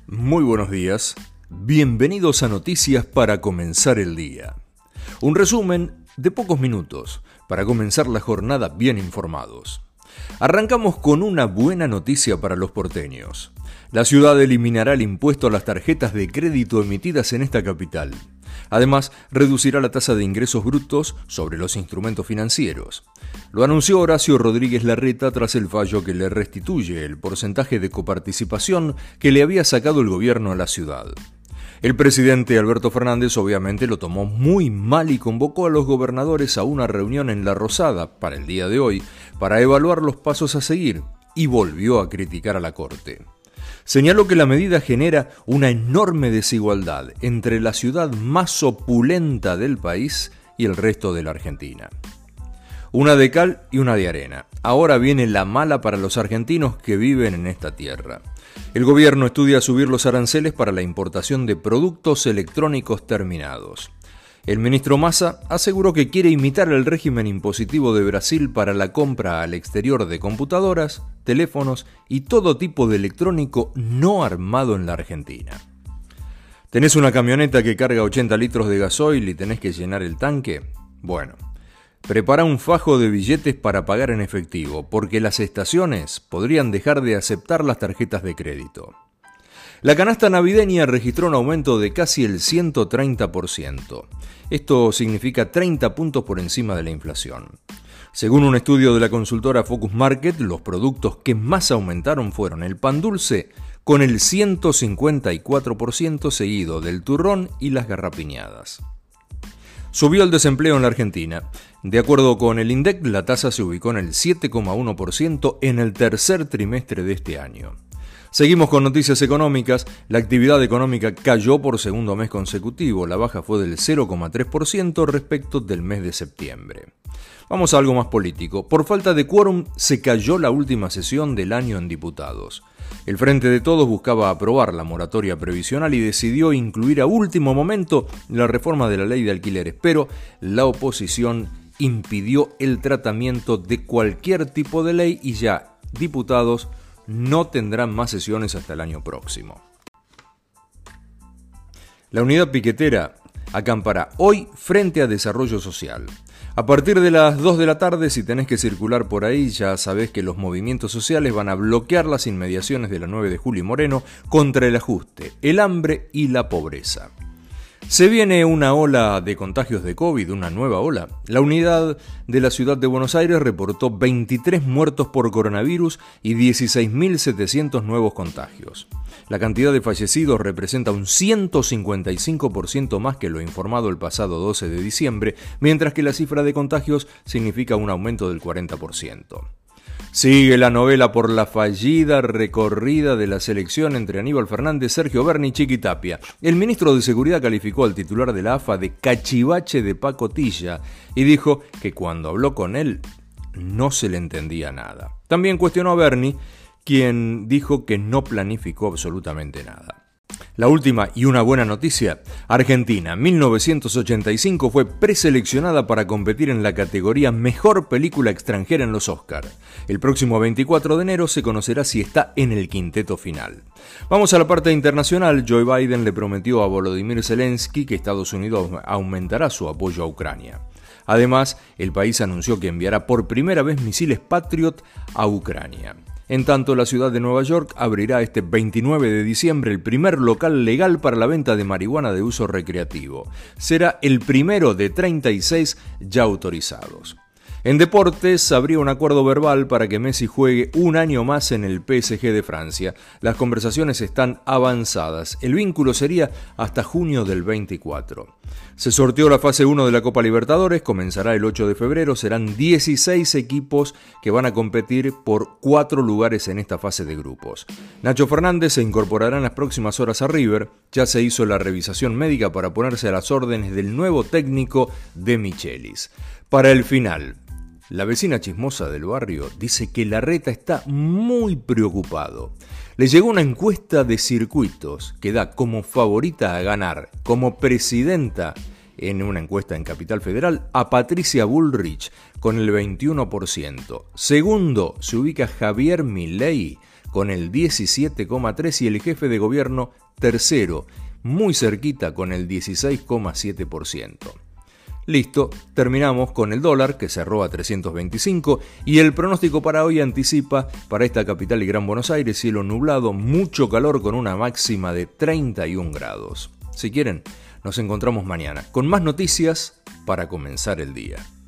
Muy buenos días, bienvenidos a Noticias para comenzar el día. Un resumen de pocos minutos para comenzar la jornada bien informados. Arrancamos con una buena noticia para los porteños. La ciudad eliminará el impuesto a las tarjetas de crédito emitidas en esta capital. Además, reducirá la tasa de ingresos brutos sobre los instrumentos financieros. Lo anunció Horacio Rodríguez Larreta tras el fallo que le restituye el porcentaje de coparticipación que le había sacado el gobierno a la ciudad. El presidente Alberto Fernández obviamente lo tomó muy mal y convocó a los gobernadores a una reunión en La Rosada para el día de hoy para evaluar los pasos a seguir y volvió a criticar a la Corte. Señaló que la medida genera una enorme desigualdad entre la ciudad más opulenta del país y el resto de la Argentina. Una de cal y una de arena. Ahora viene la mala para los argentinos que viven en esta tierra. El gobierno estudia subir los aranceles para la importación de productos electrónicos terminados. El ministro Massa aseguró que quiere imitar el régimen impositivo de Brasil para la compra al exterior de computadoras, teléfonos y todo tipo de electrónico no armado en la Argentina. ¿Tenés una camioneta que carga 80 litros de gasoil y tenés que llenar el tanque? Bueno, prepara un fajo de billetes para pagar en efectivo, porque las estaciones podrían dejar de aceptar las tarjetas de crédito. La canasta navideña registró un aumento de casi el 130%. Esto significa 30 puntos por encima de la inflación. Según un estudio de la consultora Focus Market, los productos que más aumentaron fueron el pan dulce, con el 154%, seguido del turrón y las garrapiñadas. Subió el desempleo en la Argentina. De acuerdo con el INDEC, la tasa se ubicó en el 7,1% en el tercer trimestre de este año. Seguimos con noticias económicas. La actividad económica cayó por segundo mes consecutivo. La baja fue del 0,3% respecto del mes de septiembre. Vamos a algo más político. Por falta de quórum se cayó la última sesión del año en diputados. El Frente de Todos buscaba aprobar la moratoria previsional y decidió incluir a último momento la reforma de la ley de alquileres, pero la oposición impidió el tratamiento de cualquier tipo de ley y ya diputados no tendrán más sesiones hasta el año próximo. La unidad piquetera acampará hoy frente a Desarrollo Social. A partir de las 2 de la tarde, si tenés que circular por ahí, ya sabés que los movimientos sociales van a bloquear las inmediaciones de la 9 de Julio y Moreno contra el ajuste, el hambre y la pobreza. Se viene una ola de contagios de COVID, una nueva ola. La unidad de la ciudad de Buenos Aires reportó 23 muertos por coronavirus y 16.700 nuevos contagios. La cantidad de fallecidos representa un 155% más que lo informado el pasado 12 de diciembre, mientras que la cifra de contagios significa un aumento del 40%. Sigue la novela por la fallida recorrida de la selección entre Aníbal Fernández, Sergio Berni y Chiqui Tapia. El ministro de Seguridad calificó al titular de la AFA de cachivache de pacotilla y dijo que cuando habló con él no se le entendía nada. También cuestionó a Berni, quien dijo que no planificó absolutamente nada. La última y una buena noticia: Argentina 1985 fue preseleccionada para competir en la categoría Mejor Película Extranjera en los Oscar. El próximo 24 de enero se conocerá si está en el quinteto final. Vamos a la parte internacional. Joe Biden le prometió a Volodymyr Zelensky que Estados Unidos aumentará su apoyo a Ucrania. Además, el país anunció que enviará por primera vez misiles Patriot a Ucrania. En tanto, la ciudad de Nueva York abrirá este 29 de diciembre el primer local legal para la venta de marihuana de uso recreativo. Será el primero de 36 ya autorizados. En deportes, habría un acuerdo verbal para que Messi juegue un año más en el PSG de Francia. Las conversaciones están avanzadas. El vínculo sería hasta junio del 24. Se sorteó la fase 1 de la Copa Libertadores, comenzará el 8 de febrero. Serán 16 equipos que van a competir por 4 lugares en esta fase de grupos. Nacho Fernández se incorporará en las próximas horas a River. Ya se hizo la revisación médica para ponerse a las órdenes del nuevo técnico de Michelis. Para el final, la vecina chismosa del barrio dice que Larreta está muy preocupado. Le llegó una encuesta de circuitos que da como favorita a ganar como presidenta en una encuesta en Capital Federal a Patricia Bullrich con el 21%. Segundo se ubica Javier Milei con el 17,3% y el jefe de gobierno tercero, muy cerquita con el 16,7%. Listo, terminamos con el dólar que cerró a 325 y el pronóstico para hoy anticipa para esta capital y Gran Buenos Aires cielo nublado, mucho calor con una máxima de 31 grados. Si quieren, nos encontramos mañana con más noticias para comenzar el día.